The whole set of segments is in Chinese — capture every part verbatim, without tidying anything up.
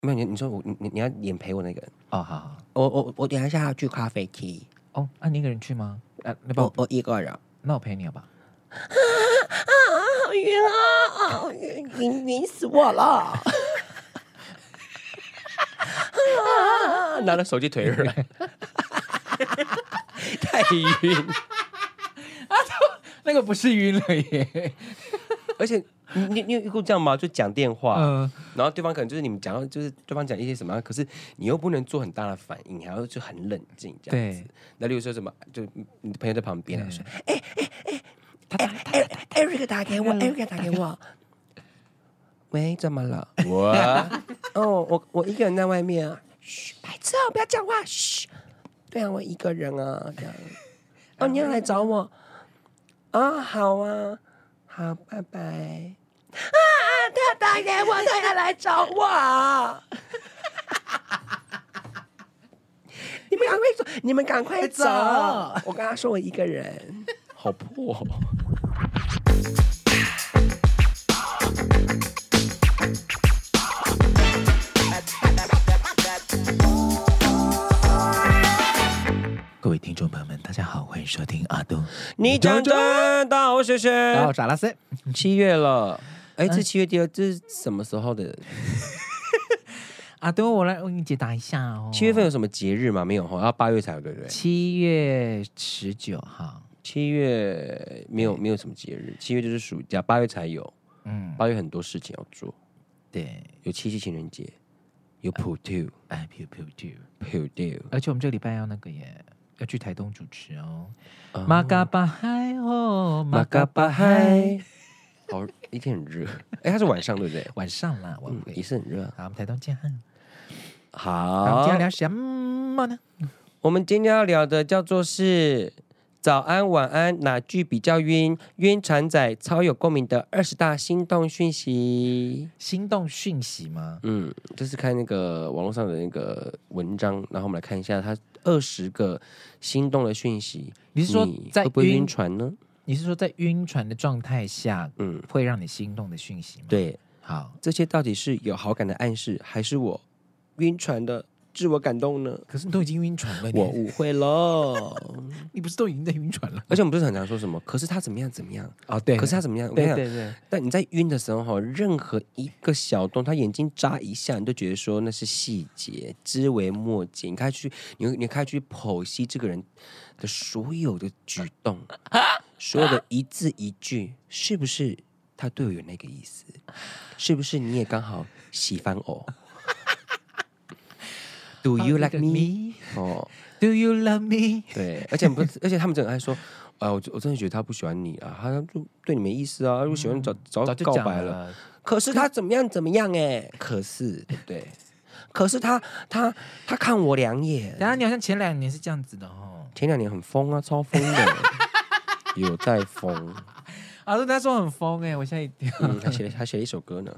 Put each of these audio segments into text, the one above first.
没有你，你说我你你要演陪我那个人哦，好好， 我我我等一下要去咖啡厅哦，啊，你一个人去吗？啊，那帮我我一个人。 那我陪你好吧？ 啊，好晕啊！晕晕晕死我了！啊、拿着手机推出来，太晕。 啊，那个不是晕了耶。 而且你你你有遇过这样吗？就讲电话， 嗯， 然后对方可能就是你们讲到，就是对方讲一些什么，可是你又不能做很大的反应，你还要就很冷静这样子对。 那例如说什么，就你的朋友在旁边，然后说：“ 对哎哎哎，他他他 Eric 打给我，Eric 打给我。”喂，怎么了？我哦，我我一个人在外面啊。嘘，白痴啊，不要讲话。嘘，对啊，我一个人啊，这样。哦，你要来找我？啊、好啊，好，拜拜。啊，他打给我，他要来找我。你们赶快走，你们赶快走！我跟他说我一个人，好破、哦。 各位听众朋友们，大家好，欢迎收听阿东。 你讲真的，我学学。 然后查拉斯， 七月了，哎，这七月第二，这是什么时候的？ 阿东，我来为你解答一下哦。 七月份有什么节日吗？没有哈，要八月才有，对不对？ 七月十九号， 七月没有没有什么节日，七月就是暑假，八月才有。 嗯， 八月很多事情要做， 对， 有七夕情人节，有普渡， 哎，pew pew pew， 普渡， 而且我们这个礼拜要那个耶，要去台东主持哦。马嘎巴嗨哦， 马嘎巴嗨，好，一天很热。哎，它是晚上对不对？ 晚上啦，晚嗯， 会也是很热。 好，我们台东见。 好， 我们今天要聊什么呢？ 我们今天要聊的叫做是早安晚安哪句比较晕？晕船仔超有共鸣的二十大心动讯息。 心动讯息吗？ 嗯，这是看那个网络上的那个文章，然后我们来看一下它二十个心动的讯息。 你是说在会不会晕晕船呢？ 你是说在晕船的状态下， 嗯， 会让你心动的讯息吗？， 对， 好。 这些到底是有好感的暗示，还是我晕船的自我感动呢？ 可是你都已经晕船了， 我误会了。 你不是都已经在晕船了？ 而且我们不是很常说什么，可是他怎么样怎么样， 哦，对， 可是他怎么样？我跟对你讲对对， 但你在晕的时候哈，任何一个小动，他眼睛眨一下，你都觉得说那是细节，枝微末节。你开始去，你你开始去剖析这个人的所有的举动，所有的一字一句，是不是他对我有那个意思？是不是你也刚好喜欢我？Do you like me？ 哦 Do you love me？ 对，而且不是，而且他们真的爱说，啊，我我真的觉得他不喜欢你啊，他就对你没意思啊，如果喜欢你早早早就告白讲了了。可是他怎么样怎么样哎、可是对不对？可是他他他看我两眼， 然后你好像前两年是这样子的哦。 前两年很疯啊，超疯的，有在疯。 啊，他说很疯哎，我吓一跳。 嗯，他写了他写了一首歌呢。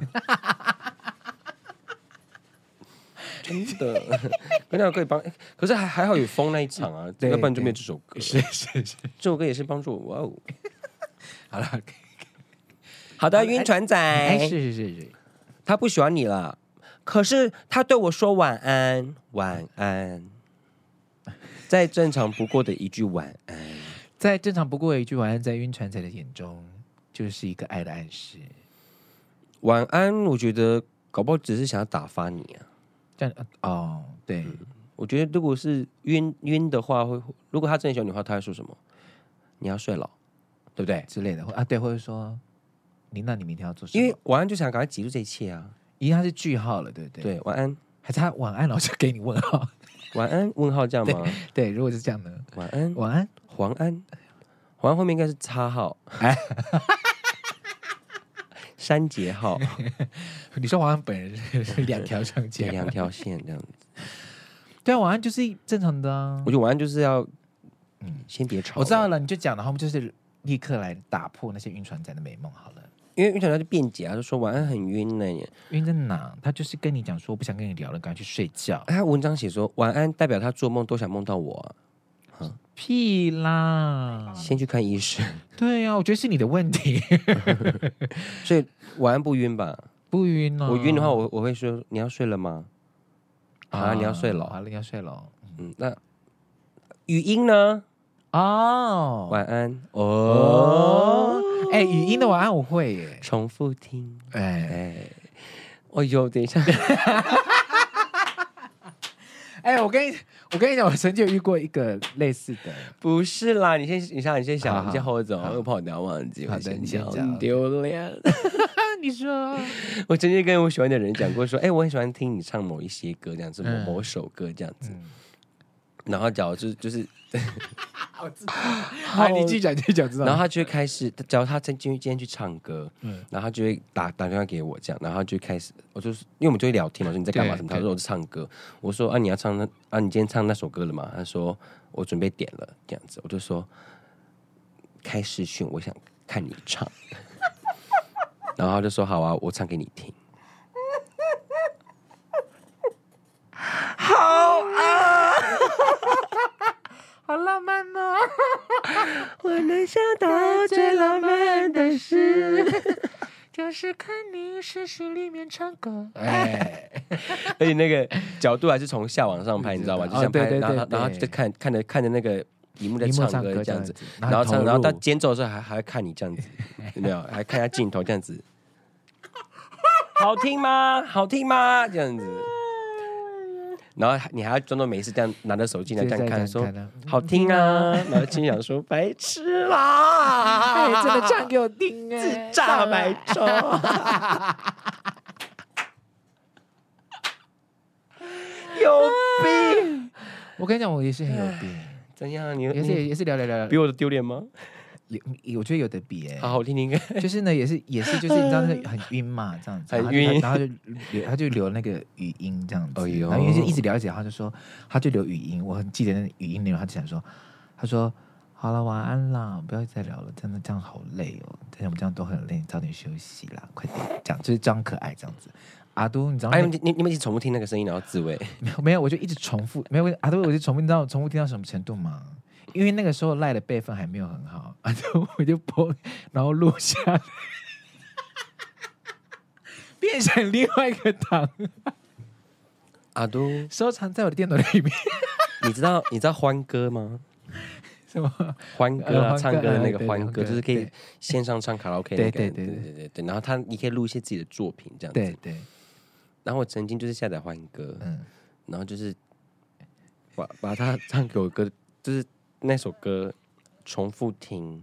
真的，跟那首歌也帮，可是还还好有疯那一场啊， 对要不然就没有这首歌。 是是是， 这首歌也是帮助我。哇哦， 好了， 好的，晕船仔， 哎，是是是是， 他不喜欢你了，可是他对我说晚安，晚安，再正常不过的一句晚安。 再正常不过的一句晚安，在晕船仔的眼中就是一个爱的暗示。 晚安，我觉得搞不好只是想要打发你啊。 这样哦，对， 我觉得如果是晕晕的话，会如果他真的喜欢你的话，他会说什么？你要睡了，对不对？ 之类的啊，对，或者说你那你明天要做什么？ 因为晚安就想赶快记住这一切啊。 因为他是句号了，对不对？ 对，晚安， 还是他晚安，然后就给你问号？ 晚安，问号这样吗？ 对，如果是这样呢？ 晚安， 晚安， 黄安，黄安后面应该是叉号，哎，删节号， 你说晚安本人是两条上线， 两条线这样子。 对啊，晚安就是正常的啊我。觉得晚安就是要，嗯，先别吵。 我知道了，你就讲，然后我们就是立刻来打破那些晕船仔的美梦好了。 因为晕船他就辩解啊，就说晚安很晕呢、欸。 晕在哪？他就是跟你讲说，我不想跟你聊了，赶快去睡觉。 他文章写说晚安代表他做梦都想梦到我、啊， 屁啦！ 先去看医生。 对啊，我觉得是你的问题。 所以晚安不晕吧？ 不晕哦。 我晕的话，我我会说你要睡了吗？ 啊，你要睡了， 好了，你要睡了。 嗯，那语音呢？ 哦， 晚安哦。 哎、欸，语音的晚安我会耶， 重复听。 哎哎， 哎，哦呦，等一下。 哎、欸，我跟你，我跟你讲，我曾经有遇过一个类似的。 不是啦，你先，你想，你先想， 好好你先 hold 走，我怕我等下忘记。 好的，你先讲。 丢脸。 你说， 我曾经跟我喜欢的人讲过，说，哎、欸，我很喜欢听你唱某一些歌，这样子，某、 嗯、 某首歌这样子。嗯、然后假如就是就是， 我知道。好，你继续讲，继续讲，知道。 然后他就会开始，假如他今天今天去唱歌，嗯，然后他就会打打电话给我这样，然后他就开始，我就是因为我们就会聊天嘛，说你在干嘛什么？他说我在唱歌，我说啊你要唱那啊你今天唱那首歌了吗？他说我准备点了这样子，我就说开视讯，我想看你唱，然后他就说好啊，我唱给你听。好啊。 好浪漫哦！ 我能想到最浪漫的事， 就是看你视讯里面唱歌。哎， 而且那个角度还是从下往上拍，你知道吗？就像拍，然后然后就看看着看着那个荧幕在唱歌这样子，然后唱，然后到间奏的时候还还会看你这样子，有没有？还看一下镜头这样子，好听吗？好听吗？这样子。然后你还要装作没事，这样拿着手机来这样看，说好听啊，然后心想说白痴啦， 哎，真的唱给我听哎， 自诈白痴，有病！ 我跟你讲，我也是很有病。 怎样？你也是也是聊聊聊， 比我的丢脸吗？ 有，我觉得有的比哎、欸， 好好听听看。就是呢，也是也是，就是你知道那个很晕嘛，这样子， 很晕， 然后就留他就留那个语音这样子， 哎呦， 然后因为一直聊一直聊，他就说他就留语音，我很记得那语音内容，他就想说，他说好了，晚安啦，不要再聊了，真的这样好累哦，但是我们这样都很累，你早点休息啦，快点，这样就是装可爱这样子。阿都，你知道吗？ 哎，你你们一直重复听那个声音，然后自慰？ 没有没有，我就一直重复，没有阿都，我就重复，你知道重复听到什么程度吗？因为那个时候赖的辈分还没有很好，啊，我就播，然后录下来，变成另外一个档。 阿都收藏在我的电脑里面。 你知道你知道欢歌吗？ 什么欢歌啊？ 呃、 唱歌的那个欢歌， 呃、 就是可以线上唱卡拉 OK 那个。 对对对对对对。然后他你可以录一些自己的作品这样子。 对对。 然后我曾经就是下载欢歌， 嗯， 然后就是把把他唱给我歌，就是那首歌重复听，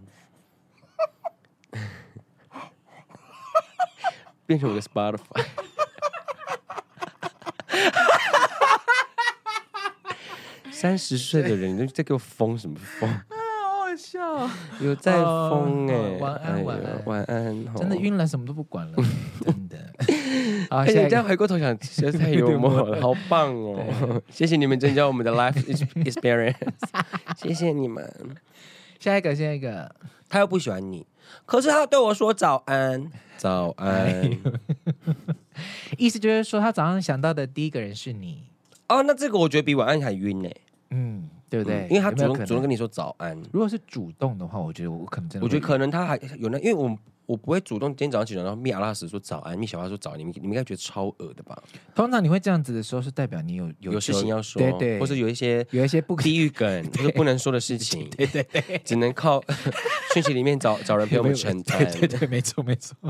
变成我的 Spotify。三十岁的人，你在给我疯什么疯？ 好好笑， 有在疯哎、欸！ 晚安，晚安， 晚安！ 真的晕了，什么都不管了，真的。 而且这样回过头想，实在太幽默了，好棒哦！谢谢你们增加我们的 life experience， 谢谢你们。 下一个，下一个， 他又不喜欢你，可是他对我说早安，早安， 意思就是说他早上想到的第一个人是你。 哦，那这个我觉得比晚安还晕呢、欸。 嗯，对不对？ 嗯、因为他主动主动跟你说早安。 如果是主动的话，我觉得我可能真的， 我觉得可能他还有那，因为我我不会主动今天早上起床然后密阿拉斯说早安，密小花说早安，你们你们应该觉得超恶的吧？ 通常你会这样子的时候，是代表你有有, 有事情要说， 对对， 或是有一些有一些不地狱梗，或者不能说的事情， 对对对， 只能靠讯息里面找找人陪我们承担。 对对对，没错没错。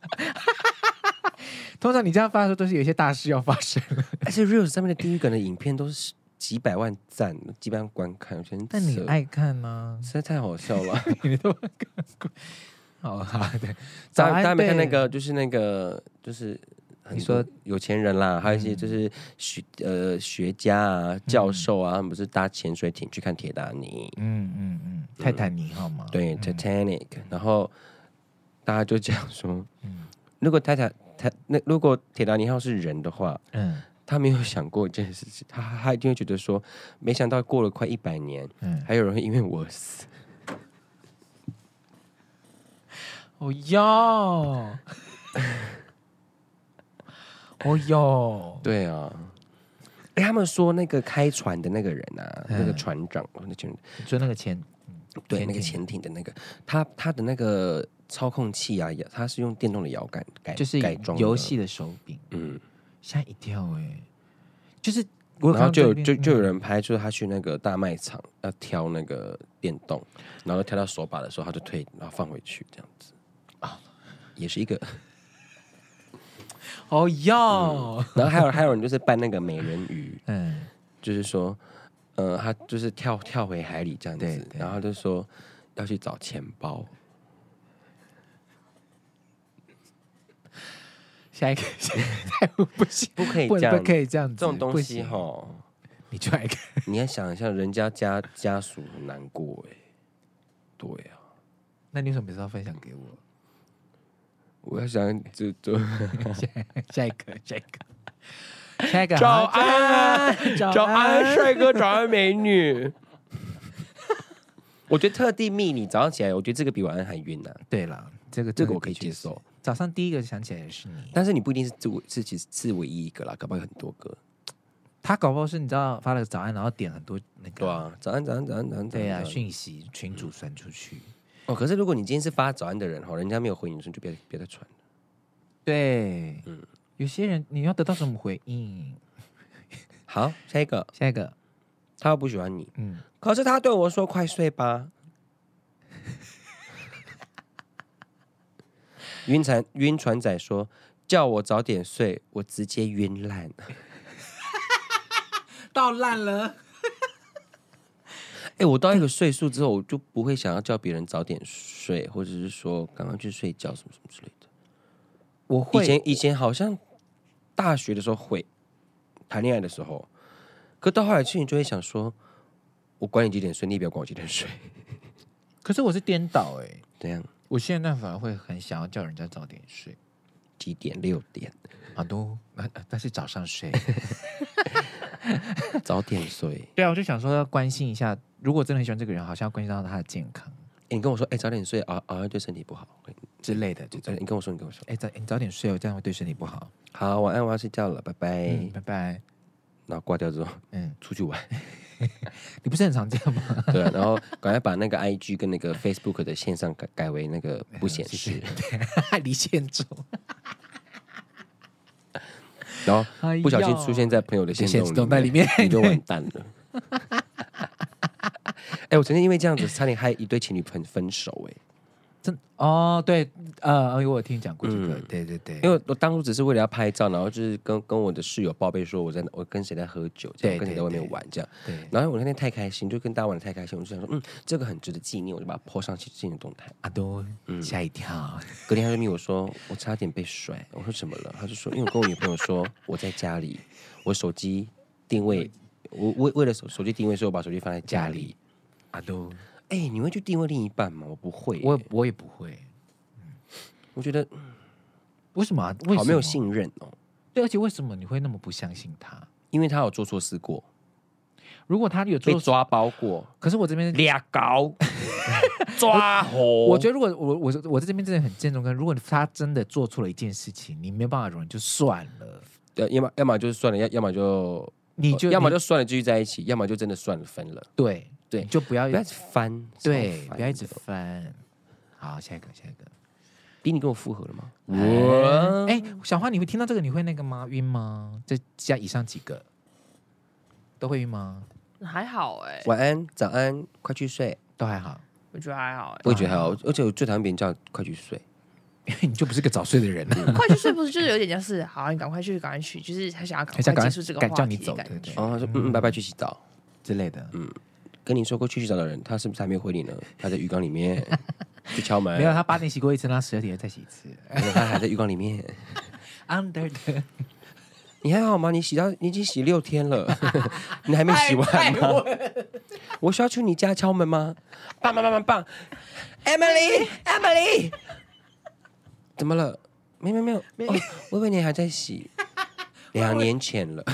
通常你这样发的时候，都是有一些大事要发生了。 而且 Reels 上面的地狱梗的影片都是几百万赞、几百万观看，我觉得。 但你爱看吗？ 实在太好笑了。 你都看过？好好对。 大家大家没看那个，就是那个，就是你说有钱人啦，还有一些就是学呃学家啊、教授啊，他们不是搭潜水艇去看铁达尼？ 嗯嗯嗯，泰坦尼号吗？ 对 ，Titanic。然后大家就讲说，如果泰坦他那如果铁达尼号是人的话，嗯，他没有想过一件事情，他他一定会觉得说，没想到过了快一百年，嗯，还有人会因为我死。 哦哟，哦哟， 对啊，哎，他们说那个开船的那个人啊，嗯、那个船长，那就就那个潜， 对，那个潜艇的那个，他他的那个操控器啊，他是用电动的摇杆改， 就是改装游戏的手柄， 嗯， 吓一跳哎、欸，就是然后就有就就有人拍，就是他去那个大卖场要挑那个电动，然后挑到手把的时候，他就退，然后放回去这样子啊，也是一个。 哦哟、 嗯，然后还有还有人就是扮那个美人鱼， 嗯， 就是说，呃，他就是跳跳回海里这样子， 对对然后他就说要去找钱包。 下一个，下一个不行， 不可以这样， 不可以这样子， 这种东西哈， 你就爱看。 你要想一下，人家家家属很难过哎，对啊， 那你为什么每次要分享给我？ 我要想就就下下一个，下一个，下一个， 早安，早安，帅哥，早安，美女。我觉得特地密你早上起来，我觉得这个比晚安还晕呐、啊。 对了，这个这个我可以接受。 早上第一个想起来的是你， 但是你不一定是自是其实是唯一一个啦，搞不好有很多个。 他搞不好是你知道发了个早安，然后点很多那个对啊，早安早安早安早安， 对啊，讯息群主传出去。 哦，可是如果你今天是发早安的人哈，人家没有回你，就别别再传了。 对，嗯，有些人你要得到什么回应？ 好，下一个， 下一个， 他又不喜欢你， 嗯， 可是他对我说：“快睡吧。”晕船晕船仔说：“叫我早点睡，我直接晕烂。” 到烂了。 哎、欸，我到一个岁数之后，我就不会想要叫别人早点睡，或者是说赶快去睡觉什么什么之类的。 我会以前以前好像大学的时候会谈恋爱的时候，可到后来去你就会想说，我管你几点睡，你也不要管我几点睡。 可是我是颠倒哎、欸， 怎样？ 我现在反而会很想要叫人家早点睡， 几点？六点啊都，但是早上睡， 早点睡。 对啊，我就想说要关心一下，如果真的很喜欢这个人，好像要关心到他的健康。 欸、你跟我说，哎、欸，早点睡，熬熬夜对身体不好之类的。就你跟我说，你跟我说， 哎、欸，早你早点睡哦，这样会对身体不好。 好，晚安，我要睡觉了，拜拜， 嗯、拜拜。 然后挂掉之后，嗯，出去玩。 你不是很常这样吗？ 对啊，然后赶快把那个 I G 跟那个 Facebook 的线上改改为那个不显示， 离线中。 然后不小心出现在朋友的线动里面， 你就完蛋了。哎、欸，我曾经因为这样子差点害一对情侣分分手、欸，哎， 真哦，对，呃，我有听讲过这个，嗯、对对对， 因为我当初只是为了要拍照，然后就是跟跟我的室友报备说我在我跟谁在喝酒，这样跟谁在外面玩这样， 对。 然后我那天太开心，就跟大家玩的太开心，我就想说，嗯，这个很值得纪念，我就把它 po 上去进行动态。 啊，都吓一跳。 隔天他就密我说我差点被甩，我说怎么了？他就说因为我跟我女朋友说我在家里，我手机定位，我为为了手手机定位，所以我把手机放在家里。 啊都， 哎、欸，你会去定位另一半吗？我不会、欸， 我我也不会。 嗯，我觉得为什么、啊？为什么好没有信任哦。 对，而且为什么你会那么不相信他？ 因为他有做错事过。 如果他有做被抓包过， 可是我这边俩高抓火。 我觉得如果我我我在这边真的很见重跟，如果他真的做错了一件事情，你没有办法容忍，就算了。 对，要么要么就是算了，要要么就你就要么就算了，继续在一起；要么就真的算了，分了。 对对， 就不要不要翻， 对，不要一直翻。好，下一个，下一个。 比你跟我复合了吗？ 我哎、欸，小花，你会听到这个你会那个吗？晕吗？这加以上几个都会晕吗？ 还好哎、欸。 晚安，早安，快去睡， 都还好。 我觉得还好哎、欸。 我也觉得还好，而且我最讨厌别人叫快去睡， 因为你就不是个早睡的人、啊。 快去睡不是就是有点像是好，你赶快去，赶快去，就是他想要赶快结束这个话题叫你走，对对。 哦，说嗯嗯，拜拜，去洗澡之类的。 嗯，跟你说过去洗澡的人，他是不是还没有回你呢？他在浴缸里面。去敲门， 没有，他八点洗过一次，他十二点再洗一次， 他还在浴缸里面。 Under the， 你还好吗？你洗到你已经洗六天了，你还没洗完吗？我需要去你家敲门吗？棒棒棒棒棒 ，Emily Emily， 怎么了？没没没有，没有、哦，我以为你还在洗，两年前了。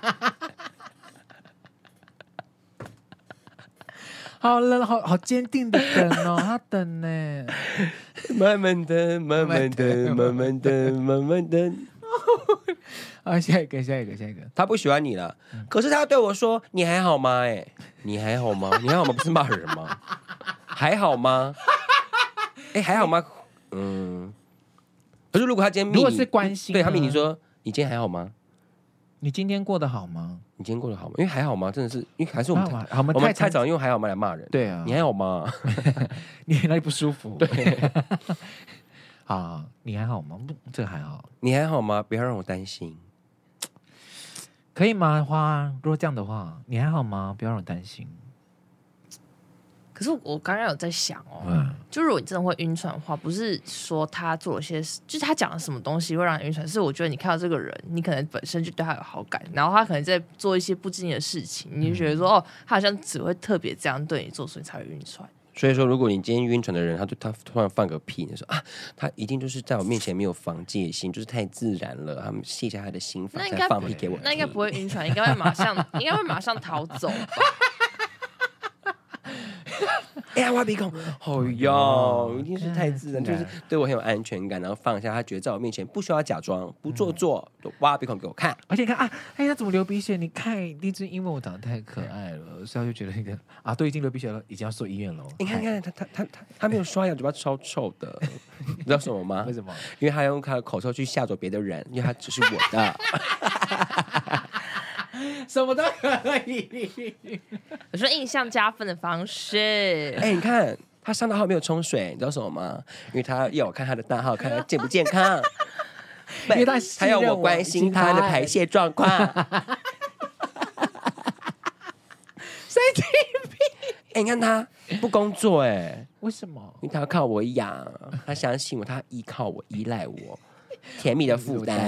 好了，好好坚定的等哦，他等呢， 慢慢的，慢慢的，慢慢的，慢慢的。 啊，下一个，下一个，下一个。 他不喜欢你了，嗯、可是他对我说：“你还好吗？”哎，你还好吗？你还好吗？不是骂人吗？还好吗？哎，还好吗？嗯。可是如果他今天如果是关心， 对他命你说：“你今天还好吗？” 你今天过得好吗？ 你今天过得好吗？因为还好吗？真的是，因为还是我们好吗？好吗？ 我们太早用还好吗来骂人。 对啊， 你还好吗？ 你哪里不舒服？ 对， 啊，你还好吗？不，这个还好。 你还好吗？不要让我担心， 可以吗？花，如果这样的话，你还好吗？不要让我担心。 可是我刚刚有在想哦， 嗯， 就如果你真的会晕船的话，不是说他做了些事，就是他讲了什么东西会让你晕船，是我觉得你看到这个人，你可能本身就对他有好感，然后他可能在做一些不经意的事情，你就觉得说、嗯、哦，他好像只会特别这样对你做，所以才会晕船。 所以说，如果你今天晕船的人，他就他突然放个屁，你说啊，他一定就是在我面前没有防戒心，就是太自然了，他们卸下他的心防才放屁给我听。 那应该不会晕船，应该会马上，应该会马上逃走吧。 哎呀，挖鼻孔，哦哟，一定是太自然，就是对我很有安全感，然后放下，他觉得在我面前不需要假装，不做作，就挖鼻孔给我看。 而且你看啊，哎，他怎么流鼻血？你看，一定是因为我长得太可爱了，所以他就觉得那个啊，都已经流鼻血了，已经要送医院了。 你看看他他他他他没有刷牙，嘴巴超臭的，你知道什么吗？ 为什么？ 因为他用他的口臭去吓走别的人，因为他只是我的。 什么都可以。 我说印象加分的方式。 哎、欸，你看他上大号没有冲水，你知道什么吗？因为他要我看他的大号，看他健不健康。 因为他他要我关心他的排泄状况。 神经病！ 哎、欸，你看他不工作哎、欸， 为什么？ 因为他要靠我养，他相信我，他依靠我，依赖我，甜蜜的负担。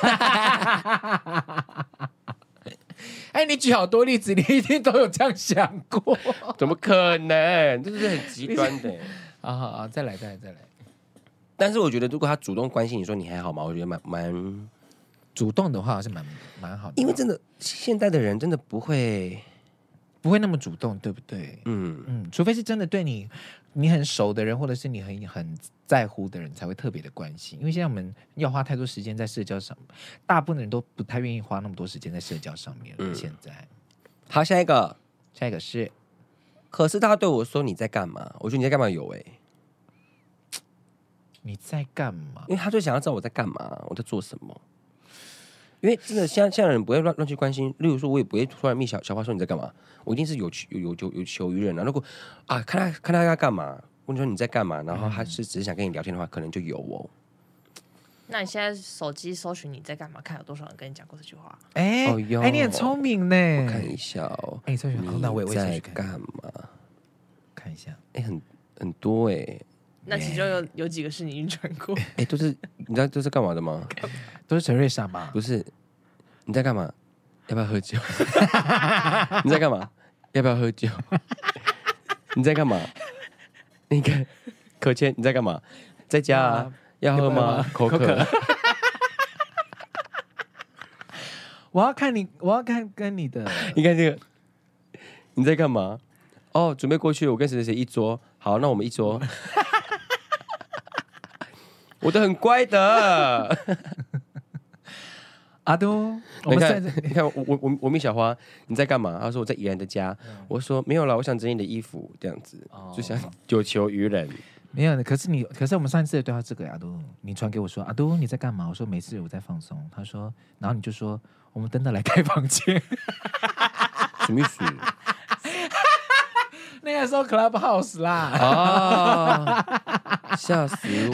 哎，你举好多例子，你一定都有这样想过？ 怎么可能？这是很极端的。 啊好啊，再来，再来，再来。 但是我觉得，如果他主动关心你说你还好吗？我觉得蛮蛮主动的话是蛮蛮好的， 因为真的现在的人真的不会不会那么主动，对不对？ 嗯嗯，除非是真的对你你很熟的人，或者是你很很在乎的人，才会特别的关心。因为现在我们要花太多时间在社交上，大部分的人都不太愿意花那么多时间在社交上面了。嗯、现在， 好，下一个， 下一个是， 可是他对我说你在干嘛？我觉得你在干嘛有哎、欸， 你在干嘛？ 因为他就想要知道我在干嘛，我在做什么。因为真的，现在现在的人不会乱乱去关心。例如说，我也不会突然密小小花说你在干嘛，我一定是有有有有有求于人啊。如果啊，看他看他要干嘛，问说你在干嘛，然后他是只是想跟你聊天的话，可能就有哦。 那你现在手机搜寻你在干嘛，看有多少人跟你讲过这句话？ 哎、欸，哎、哦欸，你很聪明呢。 我看一下哦。 哎、欸，搜寻，那我也在干嘛？ 看一下。 哎、欸，很很多哎、欸。 那其中有有几个是你晕船过？ 哎、欸，都是你知道都是干嘛的吗？ 都是陈瑞莎吧？ 不是，你在干嘛？要不要喝酒？你在干嘛？要不要喝酒？你在干嘛？那个可谦，你在干嘛？在家啊？啊要喝吗？口渴。口渴我要看你，我要看跟你的。 你看这个，你在干嘛？哦，准备过去，我跟谁谁谁一桌。好，那我们一桌。我都很乖的。 阿都， 你看，你看我我我我蜜小花，你在干嘛？他说我在宜兰的家。嗯、我说没有啦，我想整理你的衣服，这样子，哦、就想有求于人。 没有，可是你，可是我们上一次对话这个阿都，你传给我说阿都你在干嘛？我说没事，我在放松。他说，然后你就说我们等等来开房间。 什么意思？ 那个时候 Clubhouse 啦。 啊！吓死我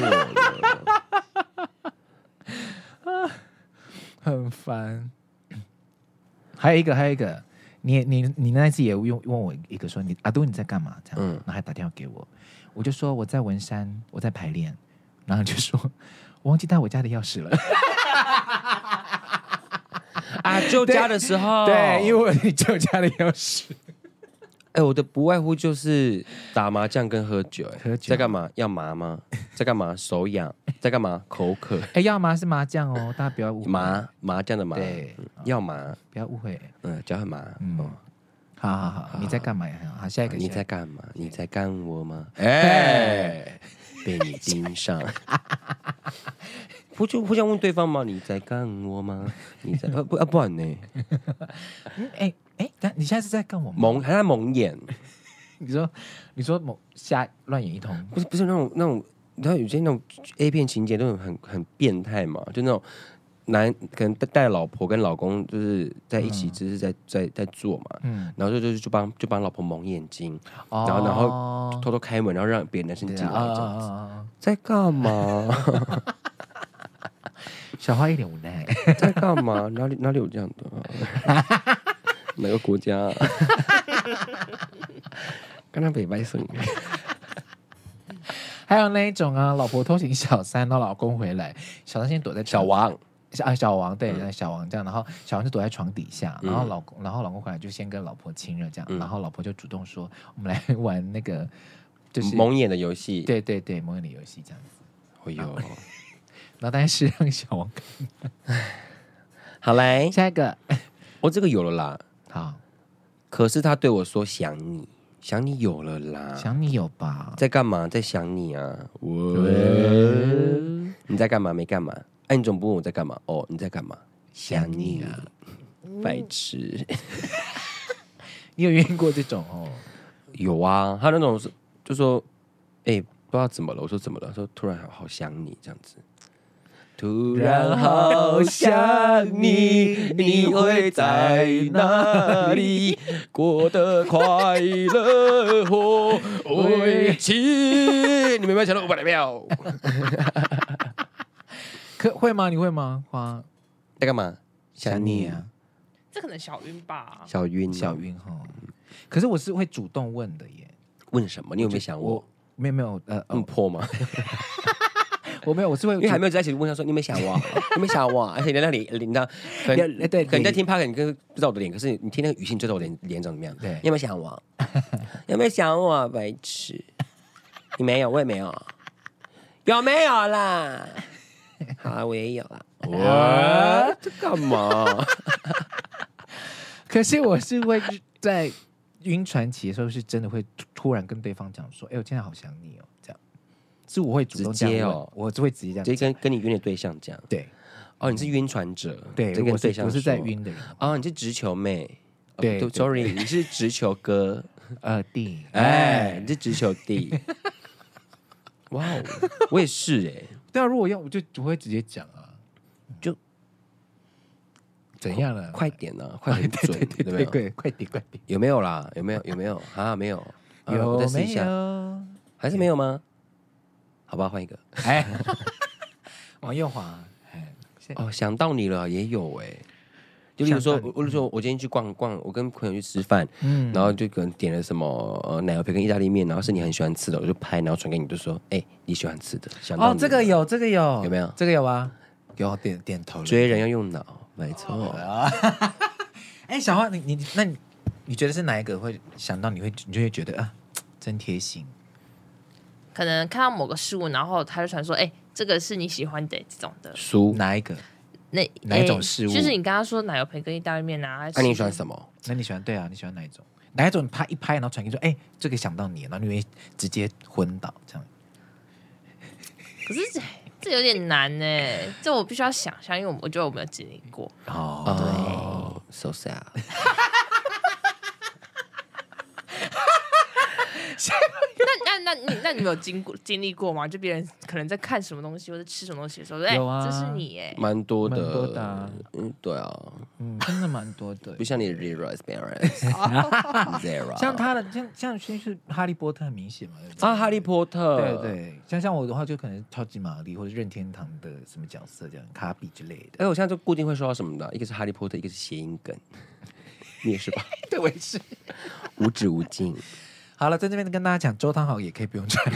了。很烦。还有一个，还有一个，你你你那次也问问我一个说你阿都你在干嘛？这样，嗯、然后还打电话给我，我就说我在文山，我在排练，然后就说我忘记带我家的钥匙了。 啊，舅家的时候， 对，因为我有舅家的钥匙。 哎、欸，我的不外乎就是打麻将跟喝酒、欸。 喝酒在干嘛？要麻吗？在干嘛？手痒？在干嘛？口渴？ 哎、欸，要麻是麻将哦，大家不要误会。 麻麻将的麻， 对， 嗯、要麻， 不要误会。 嗯，脚很麻。嗯，哦、 好好好，好你在干嘛呀？好，下一个， 你在干嘛？你在干我吗？哎、欸，被你盯上。不就互相问对方吗？你在干我吗？你在不啊不然呢？ 哎哎，但你现在是在干我吗？ 蒙还在蒙眼？ 你说你说蒙瞎乱演一通？ 不是不是那种那种，你知道有些那种 A 片情节都很很变态嘛？就那种男可能带老婆跟老公就是在一起，只是在在在做嘛，嗯，然后就就就帮就帮老婆蒙眼睛，哦、然后然后偷偷开门，然后让别的男生进来这样子，啊、在干嘛？ 小花一脸无奈， 在干嘛？哪里哪里有这样的、啊？哪个国家、啊？跟他北白生。 还有那一种啊，老婆偷情小三，然后老公回来，小三先躲在小王。 啊，小王对，嗯、小王这样，然后小王就躲在床底下，然后老公，嗯、然后老公回来就先跟老婆亲热这样，嗯、然后老婆就主动说，我们来玩那个就是蒙眼的游戏， 对对对，蒙眼的游戏这样子。 哎呦， 然后但是让小王看， 好来下一个， 我、哦、这个有了啦， 好， 可是他对我说想你，想你有了啦， 想你有吧？ 在干嘛？在想你啊？你在干嘛？没干嘛？哎、啊，你总不问我在干嘛？哦，你在干嘛？想你啊，白痴！ 你有遇过这种哦？ 有啊，他那种是就说，哎、欸，不知道怎么了。我说怎么了？说突然好好想你这样子。突然好想你，你会在哪里？过得快乐或委屈？你们有没有抢到五百的票？ 可会吗？你会吗？花在干嘛？ 想你啊！ 这可能小晕吧？ 小晕， 小晕哈。可是我是会主动问的耶。 问什么？你有没有想我？ 我没有没有呃， 嗯，破吗？ 我没有，我是会， 因为还没有在一起，问他说你有没有想我？有没有想我？而且你那里，你知道，可能对， 可能在听 Park， 你跟不知道我的脸，可是你听那个语气，你知道我脸脸长怎么样？ 对， 有没有想我？有没有想我？白痴！你没有，我也没有，有没有啦？好，我也有啦。哇，这干嘛？ 可是我是会在晕船期的时候，是真的会突然跟对方讲说：“哎、欸，我今天好想你哦。”这样是我会主动这样哦，我就会直接这样， 直接跟跟你晕的对象讲。 对， 哦，你是晕船者， 对， 跟对象我是在晕的人。 哦，你是直球妹， 对、 哦、，sorry， 你是直球哥， 呃，弟， 哎，你是直球弟。哇哦，我也是哎、欸。 对啊，如果要我就不会直接讲啊， 就怎样了？ 快点啊，快点准， 对对对对对，快点快点， 有没有啦？有没有？有没有？啊，没有， 有我再试一下，还是没有吗？好吧，换一个。 哎，往右滑。哎， 哦，想到你了，也有哎、欸。就例如说，我就说我今天去逛逛，我跟朋友去吃饭，嗯，然后就可能点了什么呃奶油培根意大利面，然后是你很喜欢吃的，我就拍，然后传给你，就说，哎、欸，你喜欢吃的，想到你哦，这个有，这个有， 有没有？ 这个有啊，有点点头了。 追人要用脑，没错。 哎、欸，小花，你你那你你觉得是哪一个会想到你会你就会觉得啊，真贴心？ 可能看到某个事物，然后他就传说，哎、欸，这个是你喜欢的这种的书， 哪一个？ 那哪一种事物？ 就是你刚刚说奶油培根意大利面啊。 那、啊、你喜欢什么？ 那你喜欢对啊？你喜欢哪一种？哪一种？他一拍，然后传给你说：“哎、欸，这个想到你，然后你会直接昏倒这样。” 可是这这有点难呢，这我必须要想象，因为我觉得我没有经历过。 哦， 对 ，so sad。 那那那你那你有经过经历过吗？就别人可能在看什么东西或者吃什么东西的时候，哎、 有啊， 这是你哎， 蛮多的， 蛮多的、啊， 嗯，对啊， 嗯，真的蛮多的， 不像你 Zero Zero， 像他的像像先是哈利波特很明显嘛， 啊，哈利波特， 对对，像像我的话就可能超级玛丽或者任天堂的什么角色这样，卡比之类的。 哎，我现在就固定会说到什么的，一个是哈利波特，一个是谐音梗，你也是吧？ 对，我也是， 无止无尽。 好了，在这边跟大家讲，周汤豪也可以不用穿，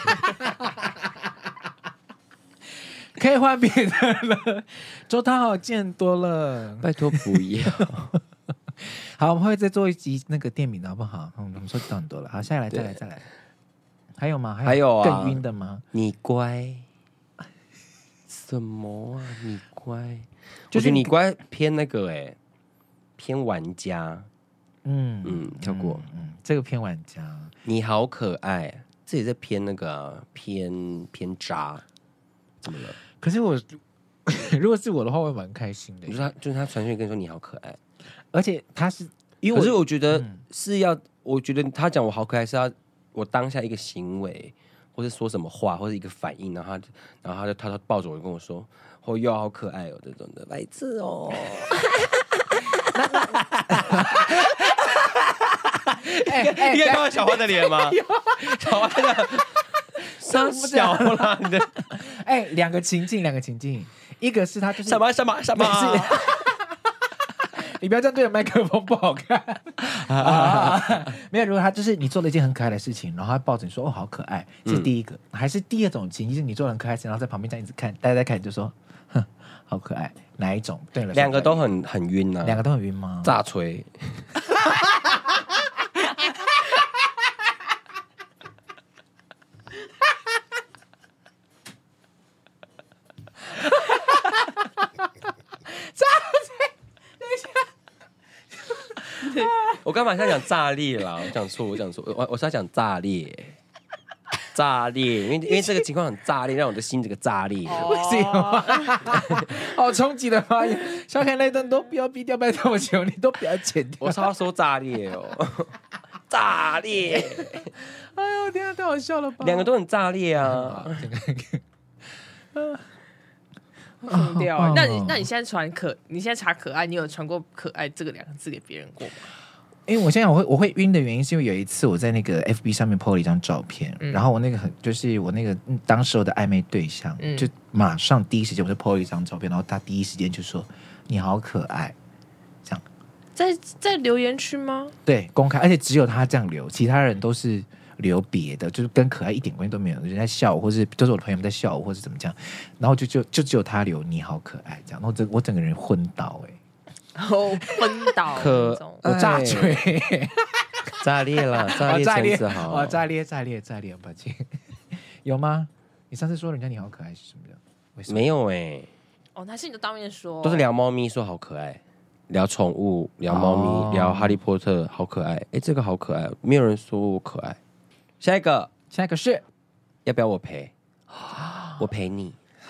可以换别的了。周汤豪见多了， 拜托不要。 好，我们会再做一集那个店名的好不好？嗯，我们收集到很多了。好，下来再来再来，还有吗？ 还有啊， 更晕的吗？ 你乖，什么啊？你乖，就是你乖偏那个哎、欸，偏玩家。嗯嗯，跳过。 嗯，嗯这个偏玩家。 你好可爱，这也在偏那个、啊、偏偏渣，怎么了？ 可是我如果是我的话，我会蛮开心的。 就是他，就是他传讯跟你说你好可爱， 而且他是因为我， 可是我觉得是要，嗯、我觉得他讲我好可爱是要我当下一个行为，或是说什么话，或者一个反应，然后他，然后他就他就抱着我跟我说， 哦哟，好可爱哦，这种的，白痴哦。 哎哎， 你有看到小花的脸吗？小花的上小了，你的哎，两个情境，两个情境，一个是他就是什么什么什么， 你不要这样对着麦克风，不好看。啊、没有，如果他就是你做了一件很可爱的事情，然后他抱着你说哦好可爱，这是第一个，嗯、还是第二种情境，就是你做了很可爱的事情，然后在旁边这样一直看，大家在看，你就说哼好可爱，哪一种？对了， 两个都很很晕啊， 两个都很晕吗？ 炸锤。我刚马上讲炸裂啦，我讲错，我讲错，我我是要讲炸裂，炸裂，因为因为这个情况很炸裂，让我的心这个炸裂。 为什么？好冲击的发言，小凯那段都不要逼掉，拜托我求你都不要剪掉。 我是要说炸裂哦，炸裂！ 哎呦天啊，太好笑了吧！ 两个都很炸裂啊！ 疯掉欸！那你那你现在传可，你现在查可爱，你有传过可爱这个两个字给别人过吗？ 因为我现在我会我会晕的原因，是因为有一次我在那个 F B 上面 po 了一张照片，嗯、然后我那个很就是我那个、嗯、当时候的暧昧对象，嗯、就马上第一时间我就 po 了一张照片，然后他第一时间就说你好可爱，这样在在留言区吗？ 对，公开，而且只有他这样留，其他人都是留别的，就是跟可爱一点关系都没有，人在笑我，或是都是我的朋友们在笑我，或是怎么这样，然后就就就只有他留你好可爱这样，然后整我整个人昏倒哎、欸。 哦，昏倒可我炸锤， 炸裂了，炸裂橙子好， 哦，炸裂，炸裂，炸裂，抱歉，有吗？你上次说人家你好可爱是什么的？ 没有哎、欸， 哦，那是你都当面说， 都是聊猫咪说好可爱，聊宠物，聊猫咪，哦、聊哈利波特好可爱，哎，这个好可爱，没有人说我可爱。下一个， 下一个是要不要我陪？我陪你。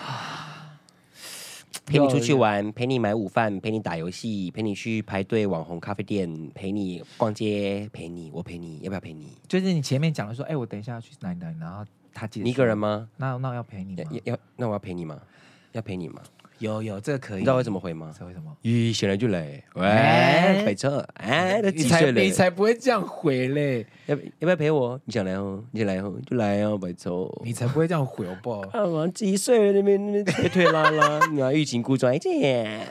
陪你出去玩，陪你买午饭，陪你打游戏，陪你去排队网红咖啡店，陪你逛街，陪你，我陪你，要不要陪你？ 就是你前面讲的说，哎、欸，我等一下要去哪里哪里，然后他记得你一个人吗？ 那那我要陪你吗？ 要要，那我要陪你吗？要陪你吗？ 有有，这个可以。 你知道我怎么回吗？ 知道为什么？ 咦，醒来就来，喂，北车，哎，都几岁了？ 你才不会这样回嘞！ 要要不要陪我？你想来哦，你想来哦，就来哦，北车。 你才不会这样回，好不好？ 啊，我几岁了？那边那边推推拉拉，你欲擒故纵，这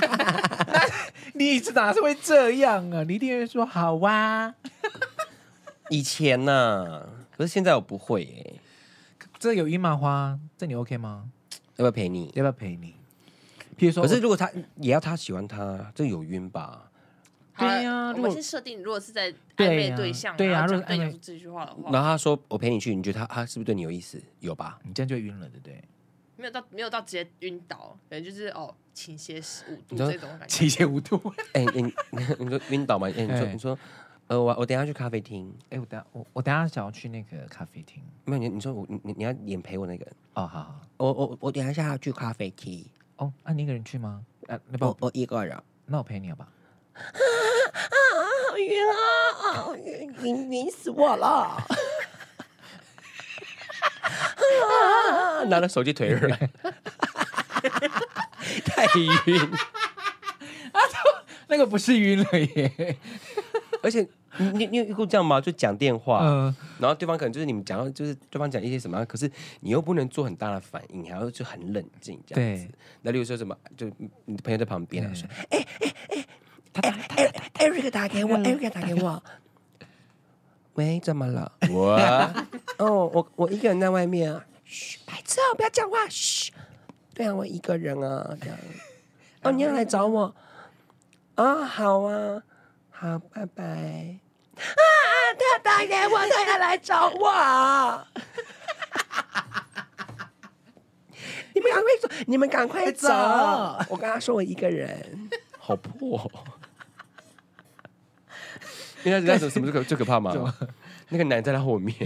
你哪是会这样啊？你一定会说好啊。 以前呐、啊，可是现在我不会耶、欸。 这有晕麻花，这你 OK 吗？ 要不要陪你？ 要不要陪你？譬如说， 可是如果他也要他喜欢他，这有晕吧？ 对呀、啊， 我们先设定，如果是在暧昧对象， 对呀、啊， 如果暧昧这句话的话， 然后他说我陪你去，你觉得他他是不是对你有意思？有吧？ 你这样就晕了，对不对？ 没有到没有到直接晕倒，可能就是哦倾斜十五度这种感觉。 倾斜五度？ 哎、欸，你你说晕倒吗？哎、欸，你说、欸、你说，呃，我我等一下去咖啡厅。 哎、欸，我等下我我等下想要去那个咖啡厅。 没有你你说我你你要演陪我那个人。 哦，好好， 我我我等一下要去咖啡厅。 哦，那、啊、你一个人去吗？啊，那我我一个人。 那我陪你好吧？ 啊啊，好晕啊！晕晕晕死我了！啊、拿着手机推出来，太晕。 啊，那个不是晕了耶。 而且你你你有遇过这样吗？就讲电话， 嗯、 然后对方可能就是你们讲到，就是对方讲一些什么，可是你又不能做很大的反应，你还要就很冷静这样子。那例如说什么，就你的朋友在旁边说：“哎哎哎，他打哎哎 ，Eric 打给我 ，Eric 打给我。”喂，怎么了？我哦，我我一个人在外面啊。嘘，白痴哦，不要讲话。嘘，对啊，我一个人啊，这样。哦，你要来找我？啊，好啊。好，拜拜。啊！他打给我，他要来找我。你们赶快走！你们赶快走！我跟他说我一个人，好破。因为他知道什么最可最可怕吗？那个男在他后面，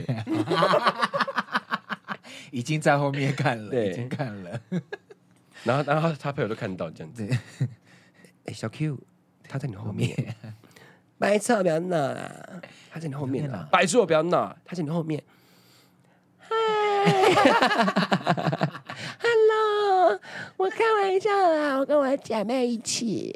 已经在后面看了， 对， 已经看了。 然后，然后他朋友都看到这样子。哎，小 Q， 他在你后面。白痴，不要闹啦！他在你后面啦。白痴，我不要闹，他在你后面。嗨 ，Hello， 我开玩笑啦，我跟我的姐妹一起。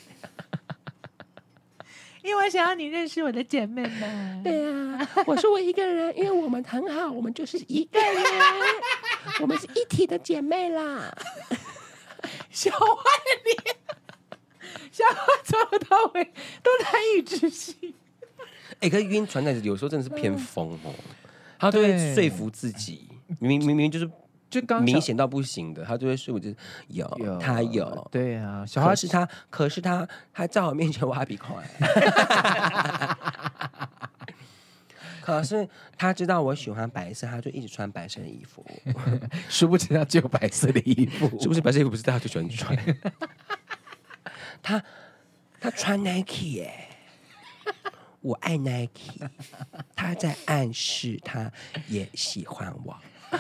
因为我想要你认识我的姐妹们。 对啊，我说我一个人，因为我们很好，我们就是一个人，我们是一体的姐妹啦。 小花的脸，小花从头到尾都难以置信。 哎、欸，可是晕船仔有时候真的是偏疯哦，他都会说服自己，明明明明就是就刚明显到不行的，他就会说服自己有， 有他有， 对啊，小花可是他，可是他，他在我面前挖鼻孔。可是他知道我喜欢白色，他就一直穿白色的衣服。 殊不知他只有白色的衣服， 是不是白色衣服不是大家最喜欢穿？他他穿 Nike 耶、欸，我爱 Nike， 他在暗示他也喜欢我。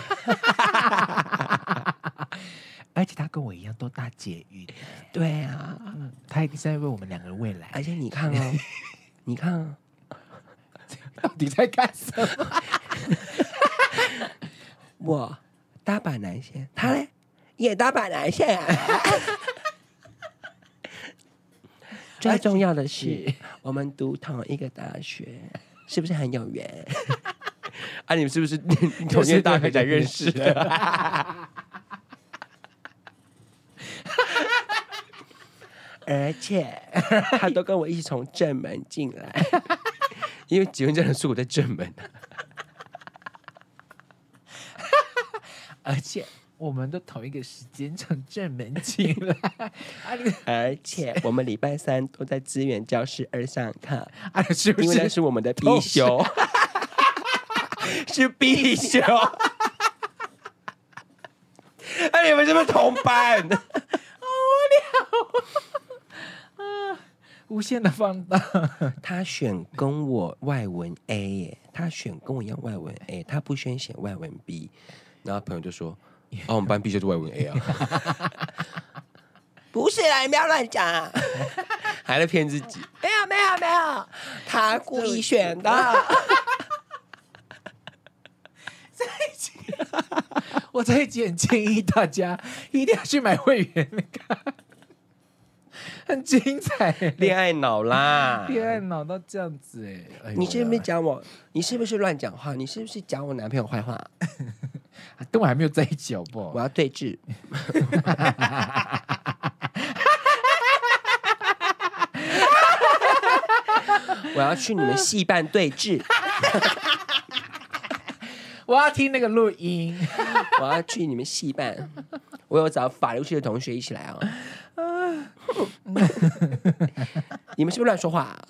而且他跟我一样都搭捷运。 对啊， 嗯，他一定是在为我们两个人未来。 而且你看哦，你看哦。 到底在干什么？ 我搭板南线，他嘞也搭板南线啊。最重要的是，我们读同一个大学，是不是很有缘？啊，你们是不是同一个大学才认识的？而且他都跟我一起从正门进来。因为结婚证的是我在正门， 而且我们都同一个时间从正门进来， 而且我们礼拜三都在资源教室二上课， 啊，是不是？ 因为那是我们的必修，是必修。哎，你们是不是同班？ 好无聊啊！无限的放大。 他选跟我外文 A 耶，他选跟我一样外文 A， 他不选选外文 B， 然后朋友就说：“哦，我们班 B 就是外文 A 啊。”不是啦，你不要乱讲、啊，还在骗自己。没有没有没有，他故意选的。 这一集，我这一集很建议大家一定要去买会员看。很精彩， 恋爱脑啦， 恋爱脑到这样子哎、欸！ 你是不是讲我？你是不是乱讲话？你是不是讲我男朋友坏话？ 跟我还没有在一起好不好？ 我要对峙。我要去你们戏办对峙。 我要听那个录音。 我要去你们戏办。我有找法律系的同学一起来啊、哦。你们是不是乱说话、啊？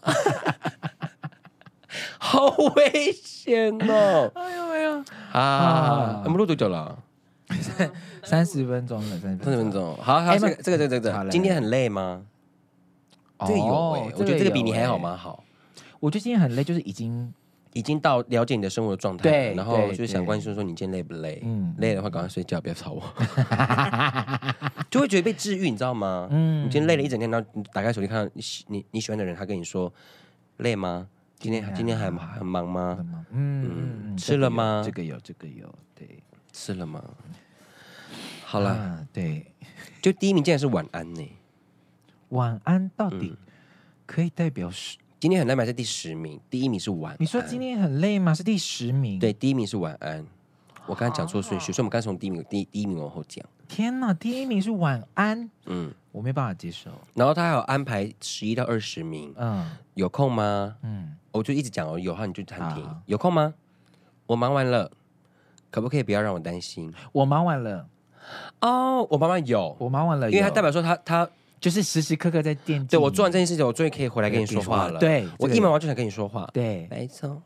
好危险哦！ 哎呦哎呦啊！我们录多久了？ 三十分钟了，三十分钟。好，好，这个这个这个这个，今天很累吗？这个有哎，我觉得这个比你还好吗？好， 我觉得今天很累，就是已经已经到了解你的生活状态， 对， 然后就想关心说你今天累不累？嗯，累的话赶快睡觉，不要吵我。就会觉得被治愈，你知道吗？嗯，你今天累了一整天，然后你打开手机看到你你你喜欢的人，他跟你说累吗？今天今天还很忙吗？嗯嗯，吃了吗？ 这个有，这个有，对， 吃了吗？好了、啊， 对， 就第一名竟然是晚安呢。 晚安到底可以代表是、嗯、 今天很累吗？是第十名，第一名是晚安。 你说今天很累吗？是第十名。 对，第一名是晚安。我刚才讲错顺序，所以我们刚才从第一名第第一名往后讲。 天哪，第一名是晚安，嗯，我没办法接受。 然后他还有安排十一到二十名，嗯，有空吗？嗯，我就一直讲哦，有话你就喊停。有空吗？我忙完了，可不可以不要让我担心？ 我忙完了。 哦，我忙完有， 我忙完了， 因为他代表说他他就是时时刻刻在惦记。 对我做完这件事情，我终于可以回来跟你说话了。 对， 我一忙完就想跟你说话。 对， 没错。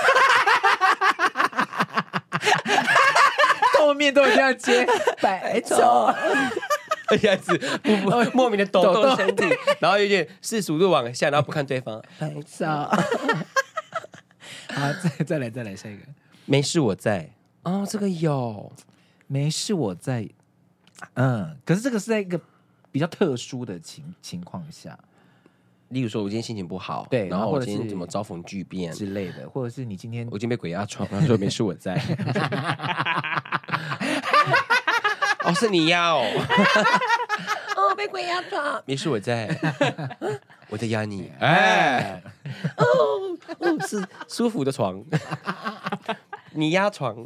后面都一定要接， 白错，而且是不不莫名的抖动身体，然后有点四十五度往下，然后不看对方，白错。 好，再再来再来下一个， 没事我在。哦，这个有， 没事我在。嗯，可是这个是在一个比较特殊的情情况下。 例如说，我今天心情不好， 对， 然后我今天怎么遭逢巨变之类的，或者是你今天我今天被鬼压床，然后说没事我在。哦， 哦，是你压哦。哦，被鬼压床。没事，我在，我在压你。哎，哦哦，是舒服的床。你压床。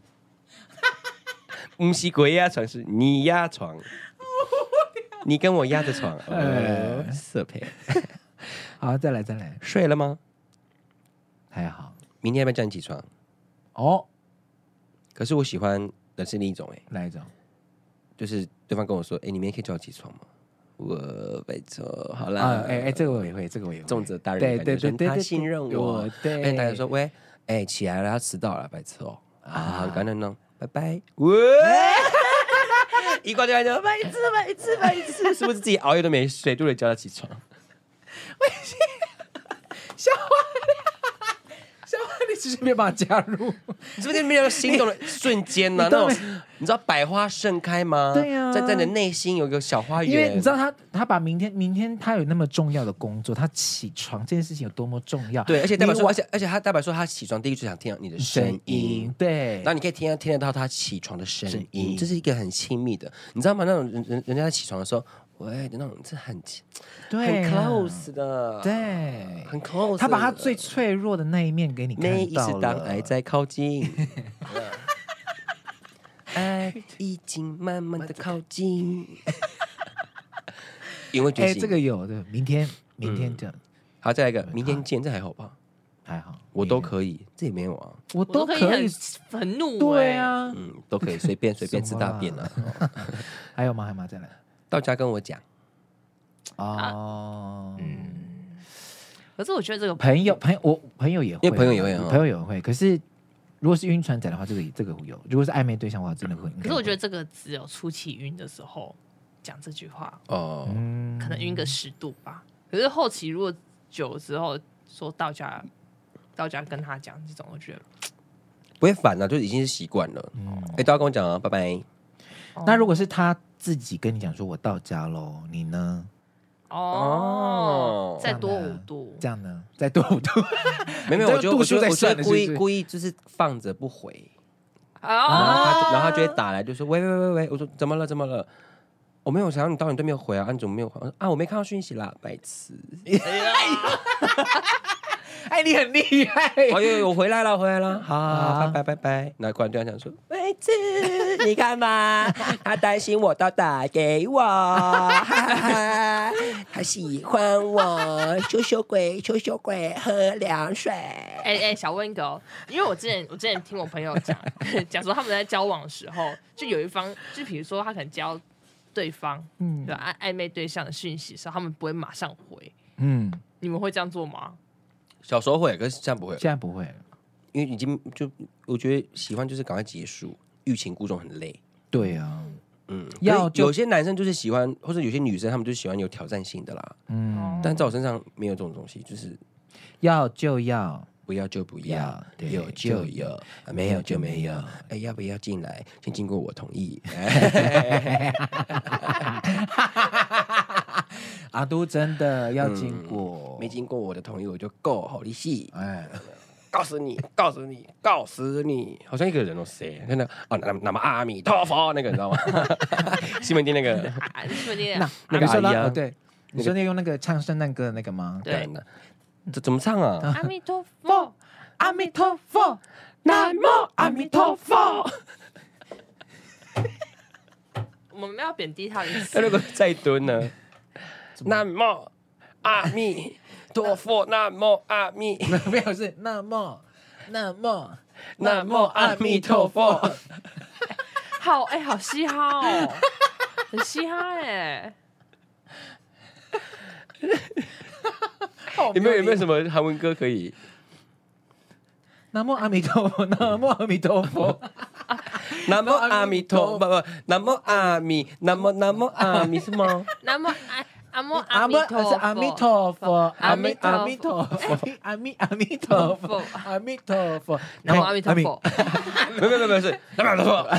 不是鬼压床，是你压床。你跟我压着床，呃，色配。 好，再来再来， 睡了吗？ 还好。 明天要不要叫你起床？ 哦， 可是我喜欢的是另一种、欸，哎， 哪一种？ 就是对方跟我说，哎、欸，你明天可以叫我起床吗？我没错，好啦， 哎哎、呃欸，这个我也会，这个我也会。 重责大人对的感觉， 对对对， 他信任我， 对。 哎，大家说，喂，哎、欸，起来了，要迟到了，白痴哦、喔，啊，很感人哦，拜拜。喂，一挂电话就白痴白痴白痴，是不是自己熬夜都没睡，都得叫他起床？ 小花，小花，你只是没有办法加入， 你是不是没有心动的瞬间呢、啊？那种你知道百花盛开吗？ 对呀、啊， 在在你的内心有一个小花园。 因为你知道他他把明天明天他有那么重要的工作，他起床这件事情有多么重要。 对，而且代表说，而且而且他代表说，他起床第一就想听到你的声音。音对， 然后你可以听听得到他起床的声音，音这是一个很亲密的，你知道吗？那种人人人家在起床的时候。喂的那种是很对、 啊、很 close 的， 对， 很 close。 他把他最脆弱的那一面给你看到了。 每一次当爱在靠近，爱已经慢慢的靠近。因为觉哎，这个有的，明天明天这样、嗯。 好，再来一个，明天见，这还好吧？ 还好， 我都可以，这也没有啊， 我都可以很很怒、欸， 对啊， 嗯，都可以随便随便吃大便啊。 还有吗？还有吗？再来。 到家跟我讲哦，嗯， 可是我觉得这个朋友朋友我朋友也会， 因为朋友也会， 朋友也会。可是如果是晕船仔的话，这个这个会有；如果是暧昧对象的话，真的会。 可是我觉得这个只有初期晕的时候讲这句话哦， 嗯， 可能晕个十度吧。可是后期如果久之后说到家到家跟他讲这种，我觉得不会烦啊，就已经是习惯了。嗯，哎、欸，大家跟我讲啊，拜拜。 那如果是他自己跟你讲说我到家喽，你呢？ 哦，再多五度， 这样呢？再多五度？ 没有没有，我觉得我觉得我觉得故意故意就是放着不回， 哦， 然后他就然后他就会打来，就说喂喂喂喂，我说怎么了怎么了？我没有想到你到你都没有回啊，你怎么没有回啊？我没看到讯息啦，白痴。 哎，你很厉害！ 哦呦，我回来了，回来了，好，好，好，拜拜拜拜。然后突然对他讲说：“妹子，你看嘛，他担心我都打给我，哈哈，他喜欢我，羞羞鬼，羞羞鬼，喝凉水。” 哎哎，小温哥，因为我之前我之前听我朋友讲，讲说他们在交往的时候，就有一方，就比如说他可能交对方，嗯，对暧暧昧对象的讯息的时候，他们不会马上回，嗯，你们会这样做吗？ 小时候会，可是现在不会。 现在不会， 因为已经就我觉得喜欢就是赶快结束，欲擒故纵很累。 对啊， 嗯，要有些男生就是喜欢，或者有些女生他们就喜欢有挑战性的啦。嗯，但在我身上没有这种东西，就是要就要， 不要就不要，有就有，没有就没有。哎，要不要进来？先经过我同意。 阿都真的要经过、 嗯，没经过我的同意我就够好利息。哎，告诉你，告诉你，告诉你，好像一个人哦，谁？真的哦，那那么阿弥陀佛那个你知道吗？西门町那个， 西门町那那个阿姨啊， 对，你说那用那个唱圣诞歌的那个吗？ 对， 这怎么唱啊？ 阿弥陀佛， 阿弥陀佛， 南无阿弥陀佛。 我们要贬低他的意思。 那如果再蹲呢？南无阿弥陀佛，南无阿弥， 没有是南无南无南无阿弥陀佛。 好哎、欸，好嘻哈哦，很嘻哈哎、 欸。有没有有没有什么韩文歌可以？ 南无阿弥陀佛，南无阿弥陀佛， 南无阿弥陀不不，南无阿弥，南无南无阿弥是吗？ 南无阿阿弥阿弥陀佛， 阿弥陀佛， 阿弥阿弥陀佛，阿弥阿弥陀佛，阿弥陀佛， 南无阿弥陀佛。 没有没有没有是南无阿弥陀佛。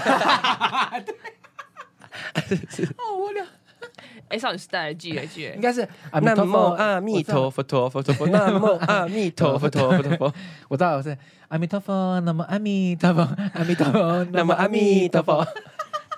好无聊。 哎，少女时代的记了记了， 应该是南无阿弥陀佛，陀佛陀佛，南无阿弥陀佛，陀佛陀佛。 我知道是阿弥陀佛，南无阿弥陀佛，阿弥陀佛，南无阿弥陀佛。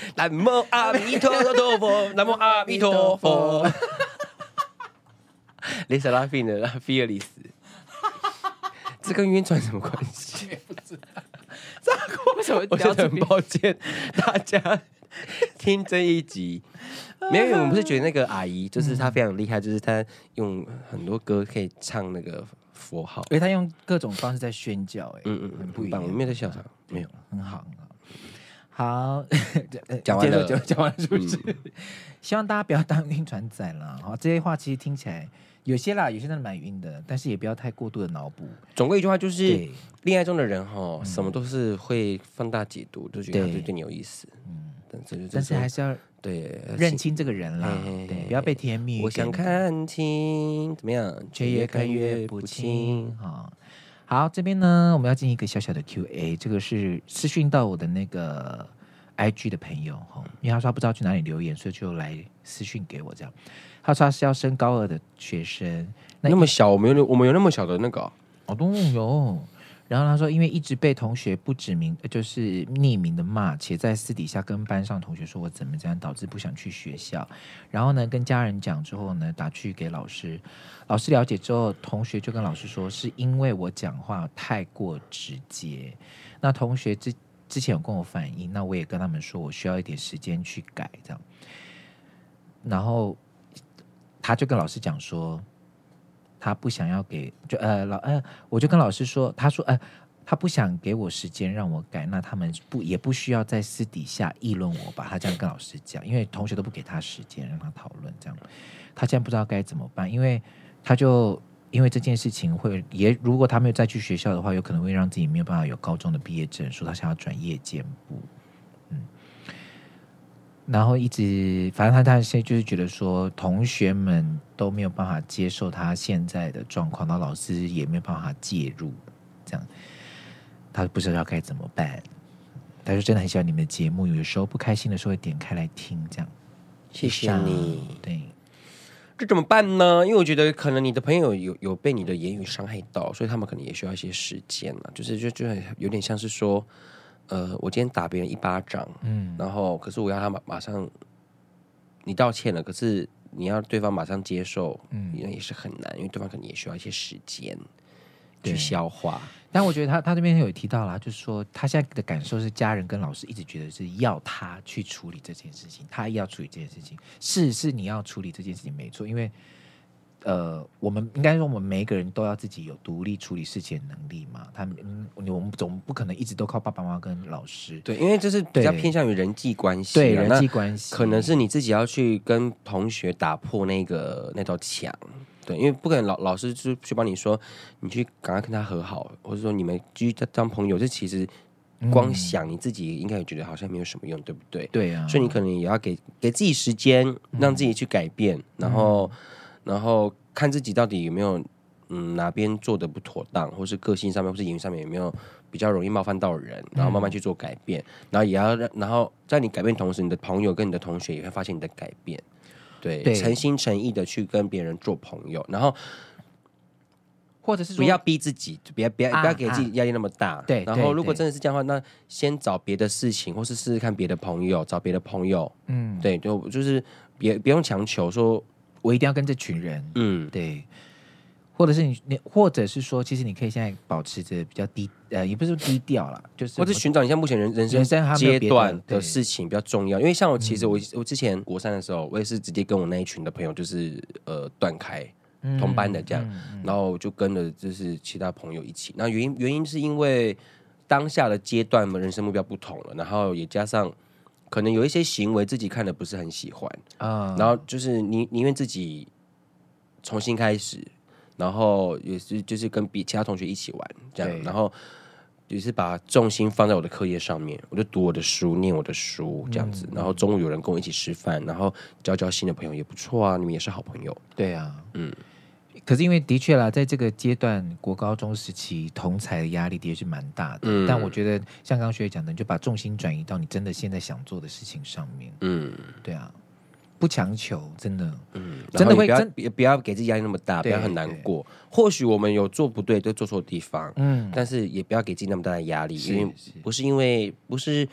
南无阿弥陀佛，南无阿弥陀佛。Lisa Laughing 的 Fearless， 这跟晕船什么关系？ 不知道。为什么我觉得很抱歉，大家听这一集。没有，我们不是觉得那个阿姨就是她非常厉害，就是她用很多歌可以唱那个佛号， 因为她用各种方式在宣教，哎， 嗯嗯， 很不一样。 我没有在笑场，没有， 很好很好。好， 讲完了， 讲完了是不是？嗯、希望大家不要当晕船仔啦。好，这些话其实听起来有些啦，有些真的蛮晕的，但是也不要太过度的脑补。 总归一句话就是，恋爱中的人哈，嗯、什么都是会放大解读，就觉得他对你有意思。嗯，但是但是还是要对认清这个人啦，对，不要被甜言蜜语。 我想看清，怎么样？却越看越不清。 好。好，这边呢，我们要进行一个小小的 Q A， 这个是私讯到我的那个 I G 的朋友，因为他说他不知道去哪里留言，所以就来私讯给我这样。他说他是要升高二的学生， 那, 那么小，我们有我们有那么小的那个、啊， 哦，都有。然后他说，因为一直被同学不指名，就是匿名的骂，且在私底下跟班上同学说我怎么这样，导致不想去学校。然后呢，跟家人讲之后呢，打去给老师，老师了解之后，同学就跟老师说，是因为我讲话太过直接。那同学之之前有跟我反映，那我也跟他们说我需要一点时间去改，这样。然后他就跟老师讲说。他不想要给就呃老呃，我就跟老师说，他说呃，他不想给我时间让我改，那他们不也不需要在私底下议论我吧？他这样跟老师讲，因为同学都不给他时间让他讨论，这样他现在不知道该怎么办，因为他就因为这件事情会也如果他没有再去学校的话，有可能会让自己没有办法有高中的毕业证书，他想要转夜间部，嗯。然后一直，反正他他现在就是觉得说，同学们都没有办法接受他现在的状况，然后老师也没有办法介入，这样，他不知道该怎么办。他说真的很喜欢你们的节目，有时候不开心的时候会点开来听，这样。 谢谢你。 对， 这怎么办呢？因为我觉得可能你的朋友有有被你的言语伤害到，所以他们可能也需要一些时间了，就是就就有点像是说。呃，我今天打别人一巴掌，嗯，然后可是我要他马马上，你道歉了，可是你要对方马上接受，嗯，也是很难，因为对方可能也需要一些时间去消化。 但我觉得他他这边有提到啦，就是说他现在的感受是家人跟老师一直觉得是要他去处理这件事情，他要处理这件事情，是是你要处理这件事情没错，因为。呃，我们应该说，我们每一个人都要自己有独立处理事情的能力嘛。他们，嗯，我们总不可能一直都靠爸爸妈妈跟老师。 对，因为这是比较偏向于人际关系， 对人际关系， 可能是你自己要去跟同学打破那个那道墙。对，因为不可能老老师就去帮你说，你去赶快跟他和好，或者说你们继续当朋友。这其实光想你自己应该也觉得好像没有什么用，对不对？ 对啊， 所以你可能也要给给自己时间，让自己去改变，嗯、然后。然后看自己到底有没有嗯哪边做的不妥当，或是个性上面或是言语上面有没有比较容易冒犯到人，然后慢慢去做改变，嗯、然后也要然后在你改变同时，你的朋友跟你的同学也会发现你的改变，对，对诚心诚意的去跟别人做朋友，然后或者是不要逼自己，不要不要、啊、不要给自己压力那么大， 啊、对， 然后如果真的是这样的话，那先找别的事情，或是试试看别的朋友，找别的朋友，嗯，对，就就是别不用强求说。 我一定要跟这群人， 嗯， 对，或者是你，你或者是说，其实你可以现在保持着比较低，呃，也不是说低调啦，就是或者寻找你现在目前人人生阶段的事情比较重要。因为像我，其实我、嗯、我之前国三的时候，我也是直接跟我那一群的朋友就是呃断开，嗯、同班的这样，嗯嗯、然后就跟了就是其他朋友一起。那原因原因是因为当下的阶段嘛，人生目标不同了，然后也加上。可能有一些行为自己看的不是很喜欢啊，然后就是宁宁愿自己重新开始，然后也是就是跟比其他同学一起玩这样，然后也是把重心放在我的课业上面，我就读我的书，念我的书这样子，嗯、然后中午有人跟我一起吃饭，然后交交新的朋友也不错啊，你们也是好朋友。 对啊，嗯。可是因为的确啦，在这个阶段，国高中时期同侪的压力的确是蛮大的。嗯，但我觉得像刚刚学姐讲的，你就把重心转移到你真的现在想做的事情上面。嗯，对啊，不强求，真的，嗯，真的会不要真也不要给自己压力那么大，不要很难过。或许我们有做不对，就做错地方，嗯，但是也不要给自己那么大的压力，因为不是因为不是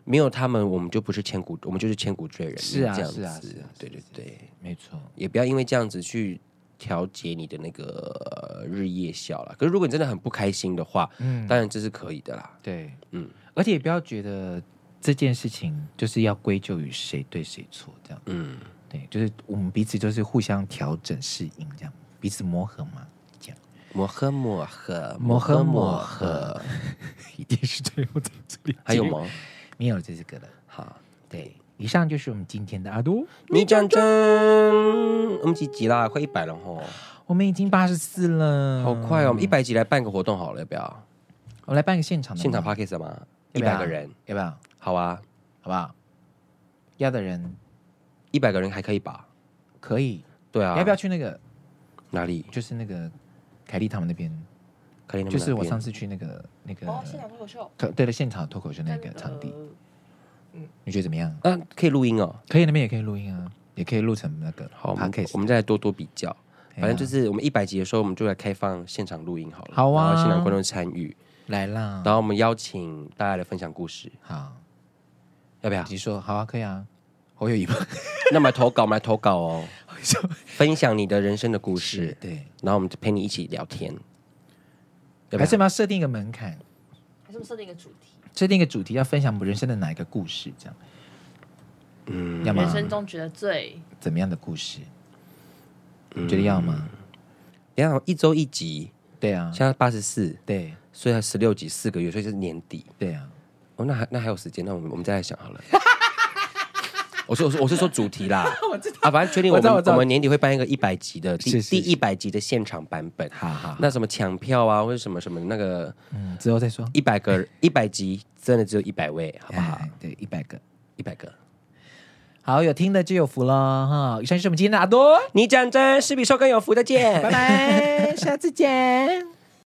没有他们，我们就不是千古，我们就是千古罪人。 是啊， 这样子， 是啊，是啊， 对对对， 没错。 也不要因为这样子去调节你的那个日夜效啦。可是如果你真的很不开心的话，嗯，当然这是可以的啦。 对， 嗯， 而且也不要觉得这件事情就是要归咎于谁对谁错这样。嗯，对，就是我们彼此就是互相调整适应这样，彼此磨合嘛。 磨合磨合磨合磨合，一定是最后在这里。 还有吗？ 没有这个了。 好， 对，以上就是我们今天的阿多。 你讲真，我们几集啦？快一百了吼！ 我们已经八十四了， 好快哦！我们一百集来办个活动好了，要不要？ 我来办个现场的， 现场 podcast 吗？一百个人， 要不要？ 好啊， 好不好？要的人， 一百个人还可以吧？ 可以。 对啊， 要不要去那个哪里？ 就是那个。凯莉他们那边， 凯莉就是我上次去那个那个哦，现场脱口秀， 对了，现场脱口秀那个场地，嗯，你觉得怎么样？ 啊，可以录音哦， 可以，那边也可以录音啊，也可以录成那个好 podcast，我们再来多多比较。反正就是我们一百集的时候，我们就来开放现场录音好了， 好啊， 然后现场观众参与来啦， 然后我们邀请大家来分享故事， 好， 要不要？ 你说好啊，可以啊，我有疑问， 那我们来投稿，我们来投稿哦。分享你的人生的故事， 对， 然后我们陪你一起聊天， 还是我们要设定一个门槛， 还是我们设定一个主题？ 设定一个主题，要分享我们人生的哪一个故事？这样， 嗯， 要吗？ 人生中觉得最怎么样的故事？你觉得要吗？ 你看一周一集， 对啊， 现在八十四， 对， 所以还十六集，四个月，所以是年底， 对啊。 哦，那还那还有时间，那我们我们再来想好了。我说我说我是说主题啦，啊，反正确定我们我们年底会办一个一百集的第第一百集的现场版本， 好好， 那什么抢票啊或者什么什么那个， 嗯，之后再说。 一百个一百集真的只有一百位，好不好？ 对，一百个， 一百个。 好，有听的就有福了哈！以上就是我们今天的阿多， 你讲真是比受更有福的见， 拜拜，下次见。